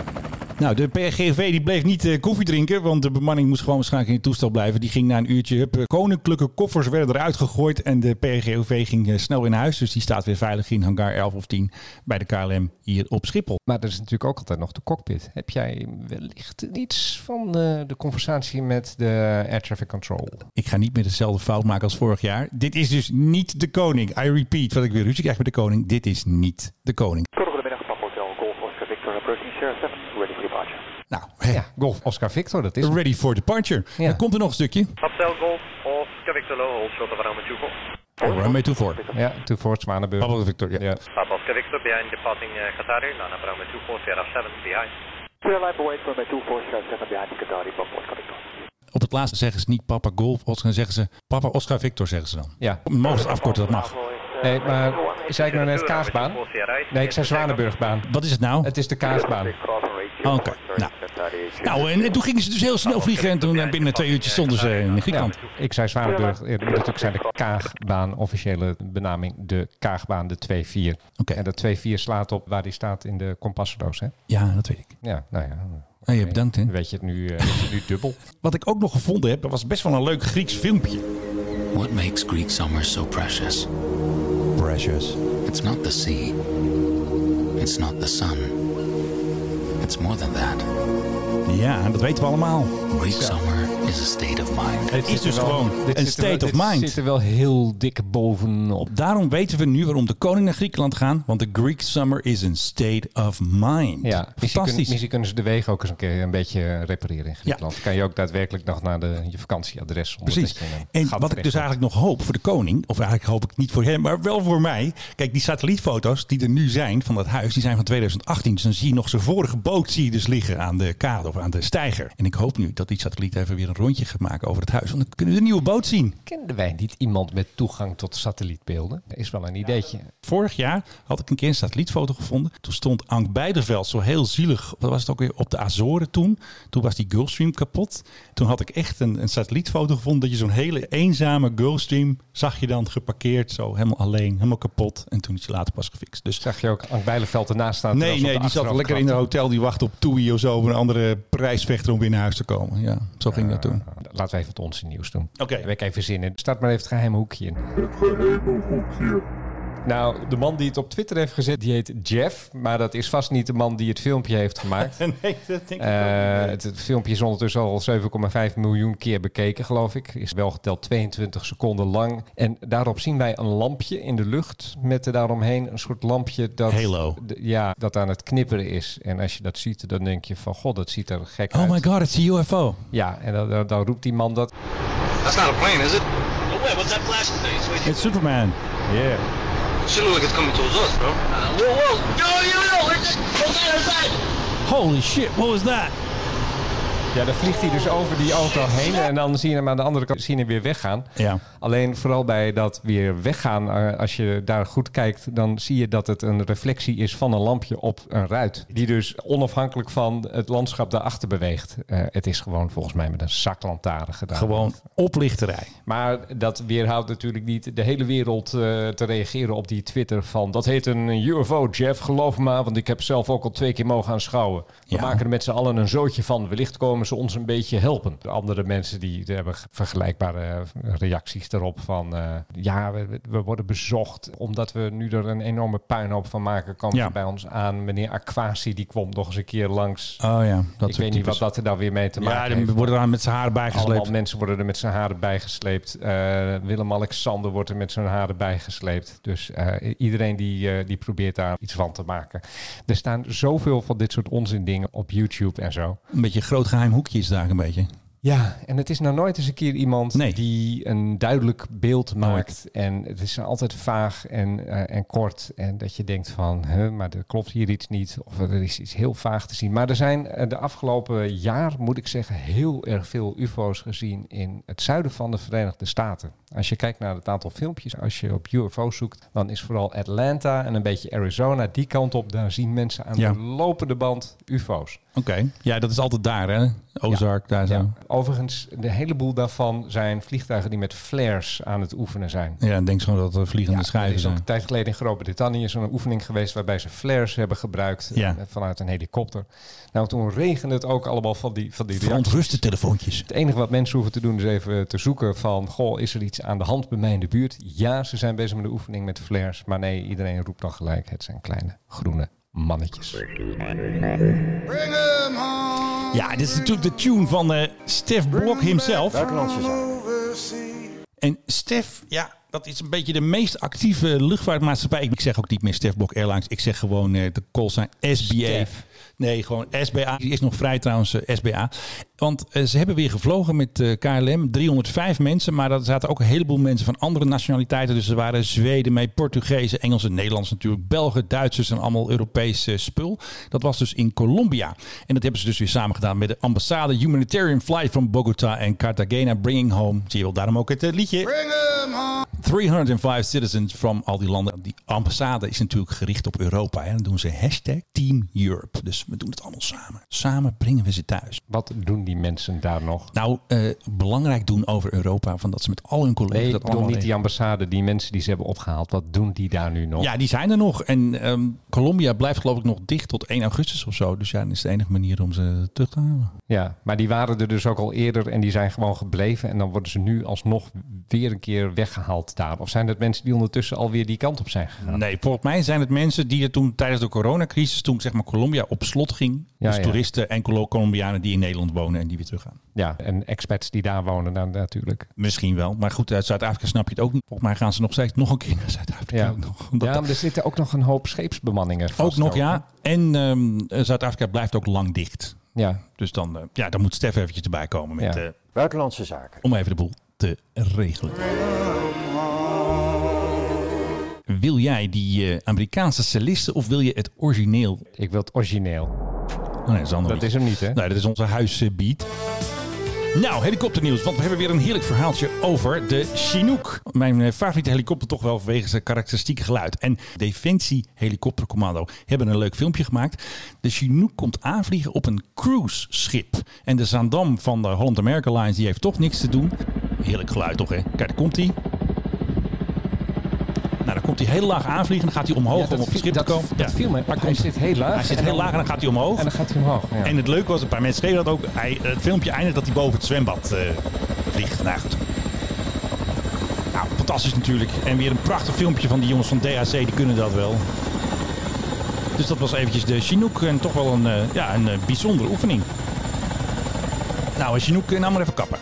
Nou, de P R G O V die bleef niet uh, koffie drinken, want de bemanning moest gewoon waarschijnlijk in het toestel blijven. Die ging na een uurtje, hup, koninklijke koffers werden eruit gegooid en de P R G O V ging uh, snel weer naar huis. Dus die staat weer veilig in hangar elf of tien bij de K L M hier op Schiphol. Maar er is natuurlijk ook altijd nog de cockpit. Heb jij wellicht iets van uh, de conversatie met de Air Traffic Control? Ik ga niet meer dezelfde fout maken als vorig jaar. Dit is dus niet de koning. I repeat, wat ik weer ruzie krijg met de koning. Dit is niet de koning. Goedemiddag, Papa Hotel Golf Oscar Victor approaching Sierra seven, ready for departure. Nou, hey. Ja, Golf Oscar Victor, dat is het. Ready for departure. Ja. Dan komt er nog een stukje. Hotel Golf Oscar Victor Low, hold short of runway two four. Oh, runway two four. Ja, two four, Zwanenburg. Papa Victor, ja. ja. Papa Oscar Victor, behind departing uh, Qatari, line up runway two four, Sierra seven, behind. Sierra line await runway two four, Sierra seven, behind Qatari, Papa Oscar Victor. Op het laatste zeggen ze niet Papa Golf Oscar, dan zeggen ze Papa Oscar Victor, zeggen ze dan. Ja. Mogen ze afkorten, dat mag. Nee, maar zei ik nou net Kaasbaan? Nee, ik zei Zwanenburgbaan. Wat is het nou? Het is de Kaasbaan. Oh, oké. Okay. Nou. nou, en toen gingen ze dus heel snel vliegen en toen binnen twee uurtjes stonden ze in Griekenland. Ja, ik zei Zwanenburg. Het moet natuurlijk zijn de Kaagbaan, officiële benaming de Kaagbaan, de twee vier. Okay. En de twee vier slaat op waar die staat in de kompasroos, hè? Ja, dat weet ik. Ja, nou ja. Oh, je bedankt, hè? Weet je het nu, uh, weet je het nu dubbel. Wat ik ook nog gevonden heb, was best wel een leuk Grieks filmpje. What makes Greek summer so precious? Precious. It's not the sea. It's not the sun. It's more than that. Ja, dat weten we allemaal. Greek summer is a state of mind. Het is dus wel, gewoon een state of mind. Het zit er wel heel dik bovenop. Daarom weten we nu waarom de koning naar Griekenland gaat. Want de Greek summer is een state of mind. Ja, fantastisch. Misschien kunnen ze de wegen ook eens een keer een beetje repareren in Griekenland. Ja. Kan je ook daadwerkelijk nog naar de, je vakantieadres. Precies. En wat ik dus eigenlijk nog hoop voor de koning, of eigenlijk hoop ik niet voor hem, maar wel voor mij. Kijk, die satellietfoto's die er nu zijn van dat huis, die zijn van twintig achttien. Dus dan zie je nog zijn vorige boot zie je dus liggen aan de kade of aan de steiger. En ik hoop nu dat die satelliet even weer een rondje gaat maken over het huis. Want dan kunnen we de nieuwe boot zien. Kenden wij niet iemand met toegang tot satellietbeelden? Dat is wel een ideetje. Vorig jaar had ik een keer een satellietfoto gevonden. Toen stond Ank Bijderveld zo heel zielig. Wat was het ook weer? Op de Azoren toen. Toen was die Gulfstream kapot. Toen had ik echt een, een satellietfoto gevonden dat je zo'n hele eenzame Gulfstream zag je dan geparkeerd. Zo helemaal alleen, helemaal kapot. En toen is hij later pas gefixt. Dus zag je ook Ank Bijderveld ernaast staan? Nee, nee, die zat lekker in een hotel. Die wachtte op TUI of zo. Op een andere prijsvechter om weer naar huis te komen. Ja, zo ging uh, dat toen. Laten we even het onze nieuws doen. Oké. Okay. Heb ik even zin in. Start maar even het geheime hoekje in. Het geheime hoekje. Nou, de man die het op Twitter heeft gezet, die heet Jeff. Maar dat is vast niet de man die het filmpje heeft gemaakt. nee, dat denk ik uh, het, het filmpje is ondertussen al zeven komma vijf miljoen keer bekeken, geloof ik. Is wel geteld tweeëntwintig seconden lang. En daarop zien wij een lampje in de lucht met er daaromheen een soort lampje dat, Halo. D- ja, dat aan het knipperen is. En als je dat ziet, dan denk je van, god, dat ziet er gek oh uit. Oh my god, it's a U F O. Ja, en dan, dan, dan roept die man dat... That's not a plane, is it? Oh wait, what's that flashing thing? It's Superman. Yeah. Shit look like it's coming towards us, bro. Uh, whoa, whoa. Yo, yo, yo. Inside, inside. Holy shit, what was that? Ja, dan vliegt hij dus over die auto heen en dan zie je hem aan de andere kant zie je hem weer weggaan. Ja. Alleen vooral bij dat weer weggaan, als je daar goed kijkt, dan zie je dat het een reflectie is van een lampje op een ruit. Die dus onafhankelijk van het landschap daarachter beweegt. Uh, het is gewoon volgens mij met een zaklantaarn gedaan. Gewoon oplichterij. Maar dat weerhoudt natuurlijk niet de hele wereld uh, te reageren op die Twitter van dat heet een U F O, Jeff, geloof me maar, want ik heb zelf ook al twee keer mogen aanschouwen. We Ja. maken er met z'n allen een zootje van. Wellicht komen ze ons een beetje helpen. De andere mensen die, die hebben vergelijkbare reacties erop van uh, ja, we, we worden bezocht omdat we nu er een enorme puinhoop van maken. Komen Ja. ze bij ons aan. Meneer Aquasi die kwam nog eens een keer langs. Oh ja, dat ik weet niet wat dat er dan weer mee te maken ja, heeft. dan worden er aan met zijn haren bijgesleept. Allemaal mensen worden er met zijn haren bijgesleept. Uh, Willem-Alexander wordt er met zijn haren bijgesleept. Dus uh, iedereen die, uh, die probeert daar iets van te maken. Er staan zoveel van dit soort onzin dingen op YouTube en zo. Een beetje een groot geheim hoekje is daar een beetje. Ja, en het is nou nooit eens een keer iemand nee. die een duidelijk beeld maakt. Nooit. En het is altijd vaag en, uh, en kort. En dat je denkt van, huh, maar er klopt hier iets niet. Of er is iets heel vaag te zien. Maar er zijn uh, de afgelopen jaar, moet ik zeggen, heel erg veel U F O's gezien in het zuiden van de Verenigde Staten. Als je kijkt naar het aantal filmpjes, als je op U F O's zoekt, dan is vooral Atlanta en een beetje Arizona, die kant op, daar zien mensen aan ja. de lopende band U F O's. Oké, okay. Ja, dat is altijd daar, hè? Ozark, ja. daar zo. Ja. Overigens, de heleboel daarvan zijn vliegtuigen die met flares aan het oefenen zijn. Ja, en denk gewoon dat er vliegende ja, schijven zijn. Er is ook een tijd geleden in Groot-Brittannië zo'n oefening geweest waarbij ze flares hebben gebruikt ja. uh, vanuit een helikopter. Nou, toen regende het ook allemaal van die van die verontruste telefoontjes. Het enige wat mensen hoeven te doen is even te zoeken van, goh, is er iets aan de hand bij mij in de buurt? Ja, ze zijn bezig met de oefening met flares, maar nee, iedereen roept dan gelijk, het zijn kleine groene mannetjes. Ja, dit is natuurlijk de tune van uh, Stef Blok himself. En Stef, ja, dat is een beetje de meest actieve luchtvaartmaatschappij. Ik zeg ook niet meer Stef Blok Airlines. Ik zeg gewoon uh, de callsign S B A. Stef. Nee, gewoon S B A. Die is nog vrij trouwens, uh, S B A. Want uh, ze hebben weer gevlogen met uh, K L M. driehonderdvijf mensen, maar daar zaten ook een heleboel mensen van andere nationaliteiten. Dus er waren Zweden mee, Portugezen, Engelsen, Nederlanders natuurlijk, Belgen, Duitsers en allemaal Europees uh, spul. Dat was dus in Colombia. En dat hebben ze dus weer samen gedaan met de ambassade. Humanitarian flight from Bogota en Cartagena, bringing home. Zie je wel, daarom ook het uh, liedje. Bring them home. driehonderdvijf citizens from al die landen. Die ambassade is natuurlijk gericht op Europa. En dan doen ze hashtag Team Europe. Dus we doen het allemaal samen. Samen brengen we ze thuis. Wat doen die mensen daar nog? Nou, uh, belangrijk doen over Europa. Van dat ze met al hun collega's... Nee, dat ik bedoel allemaal niet die ambassade, die mensen die ze hebben opgehaald. Wat doen die daar nu nog? Ja, die zijn er nog. En um, Colombia blijft geloof ik nog dicht tot één augustus of zo. Dus ja, dat is de enige manier om ze terug te halen. Ja, maar die waren er dus ook al eerder en die zijn gewoon gebleven. En dan worden ze nu alsnog weer een keer weggehaald staan? Of zijn het mensen die ondertussen alweer die kant op zijn gegaan? Nee, volgens mij zijn het mensen die er toen tijdens de coronacrisis, toen zeg maar Colombia op slot ging. Ja, dus ja. toeristen en Colombianen die in Nederland wonen en die weer teruggaan. Ja, en expats die daar wonen dan natuurlijk. Misschien wel. Maar goed, uit Zuid-Afrika snap je het ook niet. Volgens mij gaan ze nog steeds nog een keer naar Zuid-Afrika. Ja, ook nog, omdat ja maar er zitten ook nog een hoop scheepsbemanningen vast. Ook nog, ja. En um, Zuid-Afrika blijft ook lang dicht. Ja. Dus dan, uh, ja, dan moet Stef eventjes erbij komen met Ja. uh, Buitenlandse zaken. om even de boel te regelen. Wil jij die uh, Amerikaanse celliste of wil je het origineel? Ik wil het origineel. Oh, nee, dat is, dat is hem niet, hè? Nee, dat is onze huisbeat. Nou, helikopternieuws, want we hebben weer een heerlijk verhaaltje over de Chinook. Mijn favoriete helikopter toch wel vanwege zijn karakteristieke geluid. En Defensie Helikoptercommando hebben een leuk filmpje gemaakt. De Chinook komt aanvliegen op een cruiseschip. En de Zaandam van de Holland America Lines die heeft toch niks te doen. Heerlijk geluid toch, hè? Kijk, daar komt hij. Nou, dan komt hij heel laag aanvliegen. Dan gaat hij omhoog Ja, om op het schip dat, te komen. Dat Ja. viel me. Hij, Hij komt, zit heel laag. hij zit en heel dan- laag en dan gaat hij omhoog. En dan gaat hij omhoog. Ja. En het leuke was, een paar mensen schreven dat ook. Hij, het filmpje eindigt dat hij boven het zwembad uh, vliegt. Nou goed. Nou, fantastisch natuurlijk. En weer een prachtig filmpje van die jongens van D H C. Die kunnen dat wel. Dus dat was eventjes de Chinook. En toch wel een, uh, ja, een uh, bijzondere oefening. Nou, een Chinook, nou maar even kappen.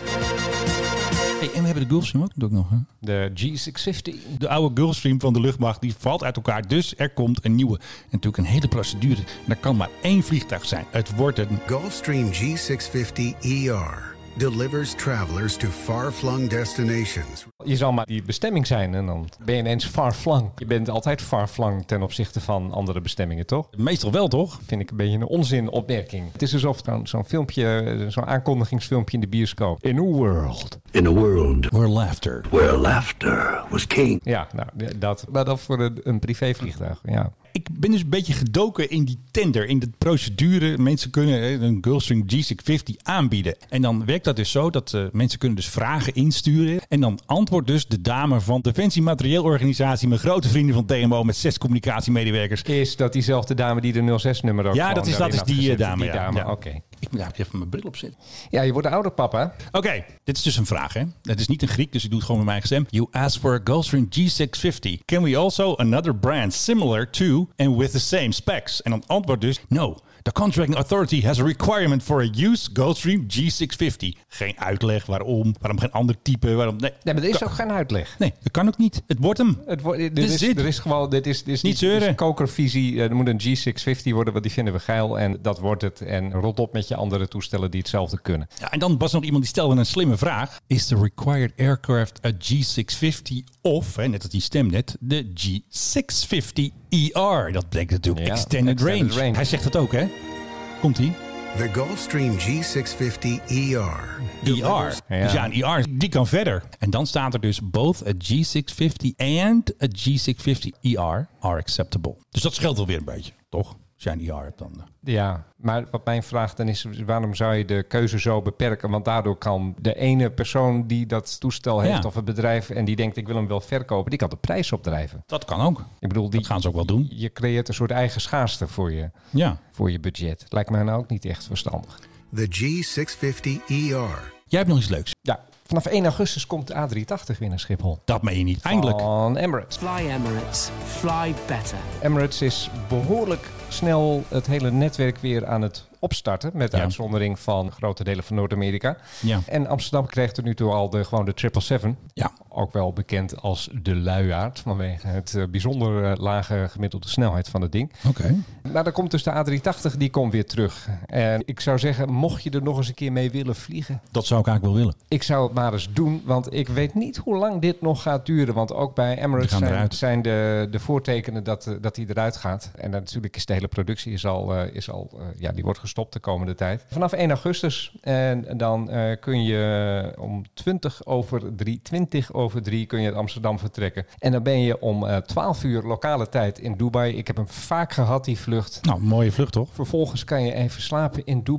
Hey, en we hebben de Gulfstream ook, ook nog. Hè? De G zeshonderdvijftig. De oude Gulfstream van de luchtmacht, die valt uit elkaar. Dus er komt een nieuwe. En natuurlijk een hele procedure. En er kan maar één vliegtuig zijn. Het wordt een Gulfstream G zeshonderdvijftig E R delivers travelers to far-flung destinations. Je zal maar die bestemming zijn en dan ben je ineens far-flung. Je bent altijd far-flung ten opzichte van andere bestemmingen, toch? Meestal wel, toch? Vind ik een beetje een onzinopmerking. Het is alsof zo'n zo'n filmpje, zo'n aankondigingsfilmpje in de bioscoop. In a world. In a world where laughter, where laughter was king. Ja, nou, dat. Maar dat voor een, een privévliegtuig, ja. Ik ben dus een beetje gedoken in die tender, in de procedure. Mensen kunnen hè, een Gulfstream G zeshonderdvijftig aanbieden. En dan werkt dat dus zo dat uh, mensen kunnen dus vragen insturen. En dan antwoordt dus de dame van Defensie Materieelorganisatie, mijn grote vrienden van T M O met zes communicatiemedewerkers. Is dat diezelfde dame die de nul zes nummer ook Ja, dat is, dat is die uh, dame. Die ja. dame, ja. oké. Okay. Ik moet daar even mijn bril op zetten. Ja, je wordt een ouder, papa. Oké, okay, dit is dus een vraag, hè. Het is niet een Griek, dus ik doe het gewoon met mijn eigen stem. You ask for a Gulfstream G zeshonderdvijftig. Can we also another brand similar to and with the same specs? En dan antwoord dus, no. The contracting authority has a requirement for a used Gulfstream G zeshonderdvijftig. Geen uitleg waarom, waarom geen ander type, waarom... Nee, nee maar er is ook geen uitleg. Nee, dat kan ook niet. Het wordt hem. Het wordt, dit is, is, er is gewoon, dit is, dit is niet niet zeuren. Is kokervisie. Er moet een G zeshonderdvijftig worden, want die vinden we geil. En dat wordt het. En rot op met je andere toestellen die hetzelfde kunnen. Ja, en dan was er nog iemand die stelde een slimme vraag. Is the required aircraft a G zeshonderdvijftig of, hè, net als die stem net, de G zeshonderdvijftig E R? Dat bleek natuurlijk Ja, extended, extended range. range. Hij zegt het ook, hè? Komt-ie? The Gulfstream G zeshonderdvijftig E R. E R. Ja. Dus ja, een E R, die kan verder. En dan staat er dus both a G zeshonderdvijftig and a G zeshonderdvijftig E R are acceptable. Dus dat scheelt alweer een beetje, toch? Als jij een E R hebt dan... Ja, maar wat mijn vraag dan is, waarom zou je de keuze zo beperken? Want daardoor kan de ene persoon die dat toestel heeft Ja. of het bedrijf en die denkt ik wil hem wel verkopen, die kan de prijs opdrijven. Dat kan ook. Ik bedoel, die, dat gaan ze ook wel doen. Je creëert een soort eigen schaarste voor je, ja. voor je budget. Lijkt mij nou ook niet echt verstandig. The G zeshonderdvijftig E R. Jij hebt nog iets leuks. Ja. Vanaf één augustus komt de A driehonderdtachtig weer naar Schiphol. Dat meen je niet. Eindelijk. Van Emirates. Fly Emirates. Fly better. Emirates is behoorlijk snel het hele netwerk weer aan het opstarten. Met de Ja. uitzondering van grote delen van Noord-Amerika. Ja. En Amsterdam krijgt tot nu toe al de, gewoon de triple seven. Ja. Ook wel bekend als de luiaard. Vanwege het uh, bijzonder uh, lage gemiddelde snelheid van het ding. Oké. Okay. Maar dan komt dus de A driehonderdtachtig, die komt weer terug. En ik zou zeggen, mocht je er nog eens een keer mee willen vliegen. Dat zou ik eigenlijk wel willen. Ik zou het maar eens doen, want ik weet niet hoe lang dit nog gaat duren. Want ook bij Emirates zijn, zijn de, de voortekenen dat, uh, dat die eruit gaat. En dan natuurlijk is de hele productie is al, uh, is al uh, ja, die wordt gestopt de komende tijd. Vanaf één augustus. En dan uh, kun je om twintig over drie, twintig over drie kun je uit Amsterdam vertrekken. En dan ben je om uh, twaalf uur lokale tijd in Dubai. Ik heb hem vaak gehad, die vlucht. Nou, mooie vlucht toch? Vervolgens kan je even slapen in Dubai.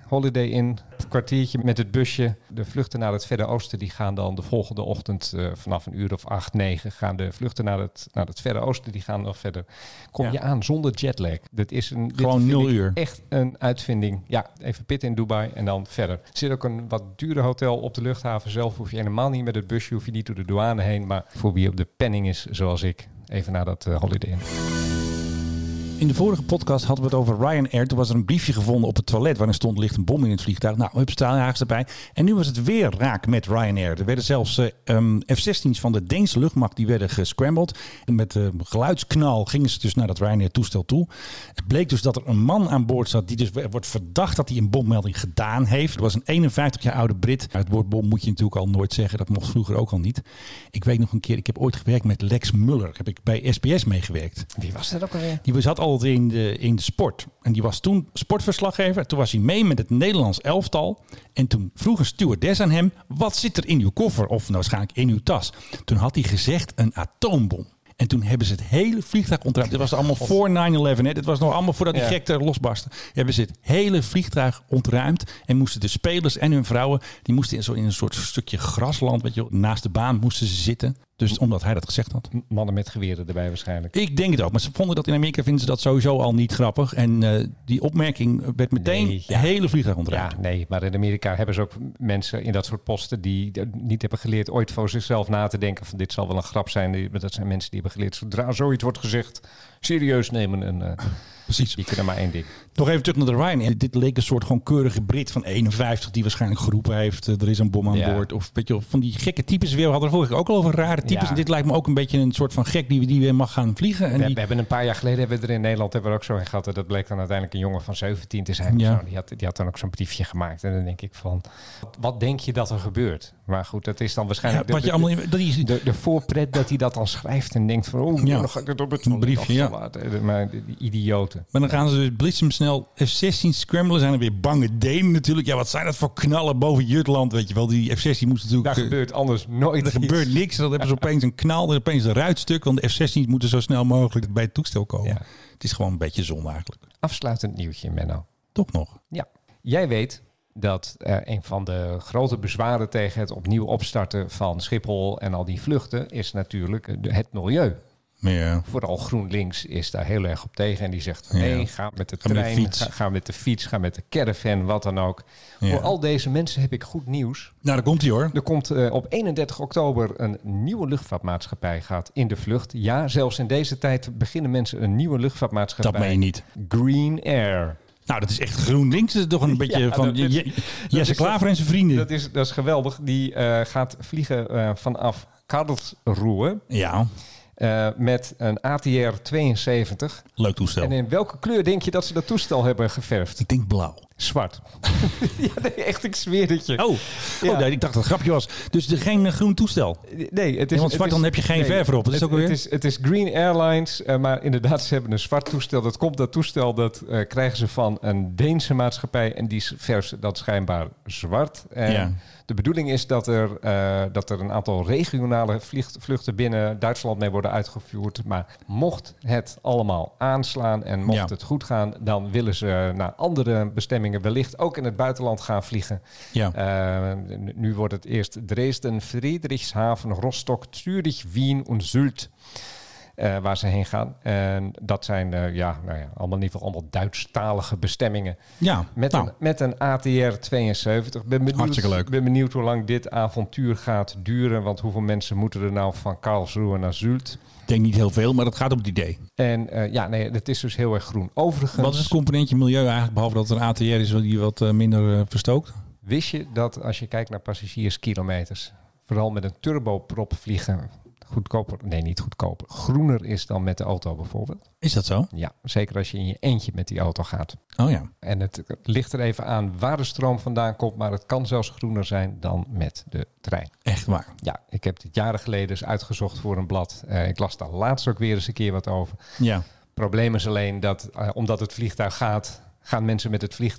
Holiday Inn, het kwartiertje met het busje. De vluchten naar het Verre Oosten die gaan dan de volgende ochtend uh, vanaf een uur of acht, negen gaan de vluchten naar het, naar het Verre Oosten. Die gaan nog verder. Kom ja. je aan zonder jetlag. Dit is een, Gewoon dit nul uur. Echt een uitvinding. Ja, even pitten in Dubai en dan verder. Er zit ook een wat dure hotel op de luchthaven zelf. Hoef je helemaal niet met het busje, hoef je niet door de douane heen. Maar voor wie op de penning is, zoals ik, even naar dat uh, Holiday Inn. In de vorige podcast hadden we het over Ryanair. Toen was er een briefje gevonden op het toilet waarin stond ligt een bom in het vliegtuig. Nou, hup, straaljagers erbij. En nu was het weer raak met Ryanair. Er werden zelfs uh, um, F zestien's van de Deense luchtmacht die werden gescrambled. En met uh, geluidsknal gingen ze dus naar dat Ryanair toestel toe. Het bleek dus dat er een man aan boord zat die dus wordt verdacht dat hij een bommelding gedaan heeft. Het was een eenenvijftig jaar oude Brit. Het woord bom moet je natuurlijk al nooit zeggen. Dat mocht vroeger ook al niet. Ik weet nog een keer, ik heb ooit gewerkt met Lex Muller. Heb ik bij S B S meegewerkt. Wie was dat ook alweer? Die zat altijd in de, in de sport. En die was toen sportverslaggever. Toen was hij mee met het Nederlands elftal. En toen vroeg een stewardess aan hem: wat zit er in uw koffer? Of nou, waarschijnlijk in uw tas. Toen had hij gezegd een atoombom. En toen hebben ze het hele vliegtuig ontruimd. Dit was allemaal voor nine eleven. Dit was nog allemaal voordat die ja. gekte losbarstte. Hebben ze het hele vliegtuig ontruimd. En moesten de spelers en hun vrouwen, die moesten in, zo in een soort stukje grasland, weet je, naast de baan moesten ze zitten. Dus omdat hij dat gezegd had. Mannen met geweren erbij waarschijnlijk. Ik denk het ook. Maar ze vonden dat in Amerika vinden ze dat sowieso al niet grappig. En uh, die opmerking werd meteen nee, ja. de hele vliegtuig ontruimd. Ja, nee. Maar in Amerika hebben ze ook mensen in dat soort posten die niet hebben geleerd ooit voor zichzelf na te denken van dit zal wel een grap zijn. Dat zijn mensen die hebben geleerd zodra zoiets wordt gezegd serieus nemen. En uh, precies. Die kunnen maar één ding. Nog even terug naar de Ryanair. Dit leek een soort gewoon keurige Brit van eenenvijftig die waarschijnlijk geroepen heeft. Er is een bom aan ja. boord. Of weet je, van die gekke types weer. We hadden er vorige keer ook al over rare types. Ja. En dit lijkt me ook een beetje een soort van gek die, die weer mag gaan vliegen. En we, die... we hebben een paar jaar geleden hebben we er in Nederland hebben we er ook zo in gehad. Dat bleek dan uiteindelijk een jongen van zeventien te zijn. Ja. Die, had, die had dan ook zo'n briefje gemaakt. En dan denk ik van, wat denk je dat er gebeurt? Maar goed, dat is dan waarschijnlijk ja, wat de, je de, allemaal, dat is... de, de voorpret dat hij dat dan schrijft en denkt van, oh, ja. dan ga ik het op het een briefje, ja. Maar die idioten. Maar dan gaan ze dus bliksemsnel F zestien scramblen. Zijn er weer bange Denen natuurlijk. Ja, wat zijn dat voor knallen boven Jutland, weet je wel. Die F zestien moest natuurlijk... Daar gebeurt anders nooit Er iets. gebeurt niks. Dan hebben ze opeens een knal. En opeens een ruitstuk. Want de F zestien moeten zo snel mogelijk bij het toestel komen. Ja. Het is gewoon een beetje zonde eigenlijk. Afsluitend nieuwtje, Menno. Toch nog? Ja. Jij weet dat uh, een van de grote bezwaren tegen het opnieuw opstarten van Schiphol en al die vluchten is natuurlijk het milieu. Ja. Vooral GroenLinks is daar heel erg op tegen. En die zegt, nee, ja. ga met de ga trein, met de ga, ga met de fiets, ga met de caravan, wat dan ook. Ja. Voor al deze mensen heb ik goed nieuws. Nou, daar komt hij hoor. Er komt uh, op eenendertig oktober een nieuwe luchtvaartmaatschappij gaat in de vlucht. Ja, zelfs in deze tijd beginnen mensen een nieuwe luchtvaartmaatschappij. Dat meen je niet. Green Air. Nou, dat is echt GroenLinks. Dat is toch een beetje ja, van dat, je, Jesse Klaver en zijn vrienden. Dat is, dat is geweldig. Die uh, gaat vliegen uh, vanaf Karlsruhe. Ja. Uh, met een A T R tweeënzeventig. Leuk toestel. En in welke kleur denk je dat ze dat toestel hebben geverfd? Ik denk blauw. Zwart. Ja, nee, echt, ik zweer het je. Oh, ja. oh nee, ik dacht dat het een grapje was. Dus er geen uh, groen toestel? Nee, het is... Nee, want zwart, het is, dan heb je geen nee, verf erop. Dat is het, ook weer... het, is, het is Green Airlines, uh, maar inderdaad, ze hebben een zwart toestel. Dat komt, dat toestel, dat uh, krijgen ze van een Deense maatschappij. En die verft dat schijnbaar zwart. En ja. de bedoeling is dat er, uh, dat er een aantal regionale vliegt, vluchten binnen Duitsland mee worden uitgevoerd. Maar mocht het allemaal aanslaan en mocht ja. het goed gaan, dan willen ze naar andere bestemmingen wellicht ook in het buitenland gaan vliegen. Ja. Uh, nu wordt het eerst Dresden, Friedrichshafen, Rostock, Zürich, Wien en Sylt. Uh, waar ze heen gaan. En dat zijn uh, ja, nou ja, allemaal in ieder geval allemaal Duitsstalige bestemmingen. Ja, met, nou. een, met een A T R tweeënzeventig. Ben benieuwd, hartstikke leuk. Ben benieuwd hoe lang dit avontuur gaat duren. Want hoeveel mensen moeten er nou van Karlsruhe naar Sylt? Ik denk niet heel veel, maar dat gaat op het idee. En uh, ja, nee, het is dus heel erg groen. Overigens... Wat is het componentje milieu eigenlijk, behalve dat het een A T R is die wat uh, minder uh, verstookt? Wist je dat als je kijkt naar passagierskilometers, vooral met een turboprop vliegen, goedkoper, nee niet goedkoper, groener is dan met de auto bijvoorbeeld? Is dat zo? Ja, zeker als je in je eentje met die auto gaat. Oh ja. En het ligt er even aan waar de stroom vandaan komt, maar het kan zelfs groener zijn dan met de trein. Echt waar? Ja, ik heb dit jaren geleden eens uitgezocht voor een blad. Uh, ik las daar laatst ook weer eens een keer wat over. Ja. Probleem is alleen dat, uh, omdat het vliegtuig gaat, gaan mensen met het vliegtuig.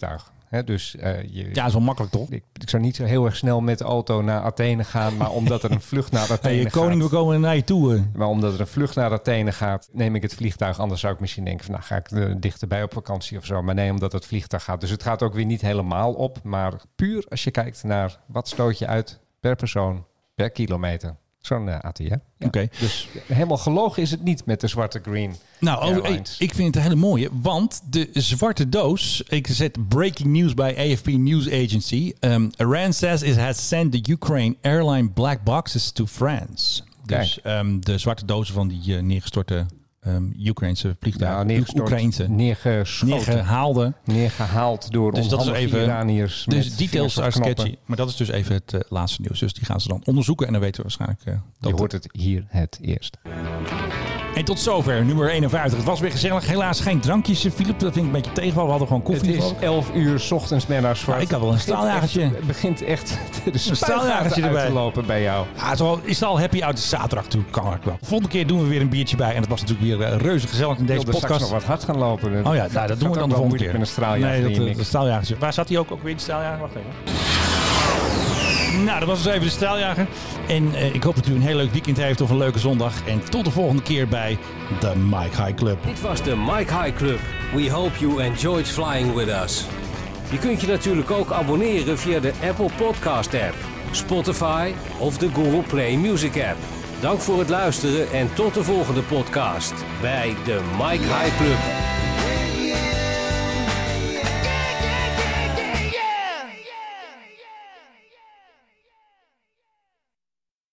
Hè, dus, uh, je, ja, dat is wel makkelijk toch? Ik, ik zou niet zo heel erg snel met de auto naar Athene gaan, maar omdat er een vlucht naar Athene hey, gaat... Koning, we komen naar je toe. Maar omdat er een vlucht naar Athene gaat, neem ik het vliegtuig. Anders zou ik misschien denken van, nou ga ik er dichterbij op vakantie of zo. Maar nee, omdat het vliegtuig gaat. Dus het gaat ook weer niet helemaal op. Maar puur als je kijkt naar wat stoot je uit per persoon, per kilometer. Zo'n uh, A T, hè? Ja. Oké. Okay. Dus helemaal gelogen is het niet met de zwarte Green. Nou, oh, ik, ik vind het een hele mooie. Want de zwarte doos... Ik zet breaking news bij A F P News Agency. Um, Iran says it has sent the Ukraine airline black boxes to France. Kijk. Dus um, de zwarte dozen van die uh, neergestorte... Um, Oekraïnse vliegtuigen. Ja, Oekraïnse. Neergeschoten. Neergehaalde. Neergehaald door dus dat is even, Iraniërs. Dus details are sketchy. Maar dat is dus even het uh, laatste nieuws. Dus die gaan ze dan onderzoeken. En dan weten we waarschijnlijk... Uh, dat Je hoort het hier het eerst. En tot zover, nummer eenenvijftig. Het was weer gezellig. Helaas geen drankjes, Philip. Dat vind ik een beetje tegenval. We hadden gewoon koffie. Het is elf uur 's ochtends, Menno Zwart. Ja, ik had wel een straaljagertje. Het begint echt de straaljagertje erbij te lopen bij jou. Ja, het is al, is al happy out de zaterdag natuurlijk. Kan ik wel. Volgende keer doen we weer een biertje bij. En dat was natuurlijk weer uh, reuze gezellig in deze podcast. Ik wilde straks nog wat hard gaan lopen. Oh ja, nou, dat doen we dan de volgende keer. Met een straaljager. Nee, dat, de straaljagertje. Waar zat hij ook, ook weer, de straaljager? Wacht even. Nou, dat was dus even de straaljager. En uh, ik hoop dat u een heel leuk weekend heeft of een leuke zondag. En tot de volgende keer bij de Mike High Club. Dit was de Mike High Club. We hope you enjoyed flying with us. Je kunt je natuurlijk ook abonneren via de Apple Podcast app, Spotify of de Google Play Music app. Dank voor het luisteren en tot de volgende podcast bij de Mike High Club.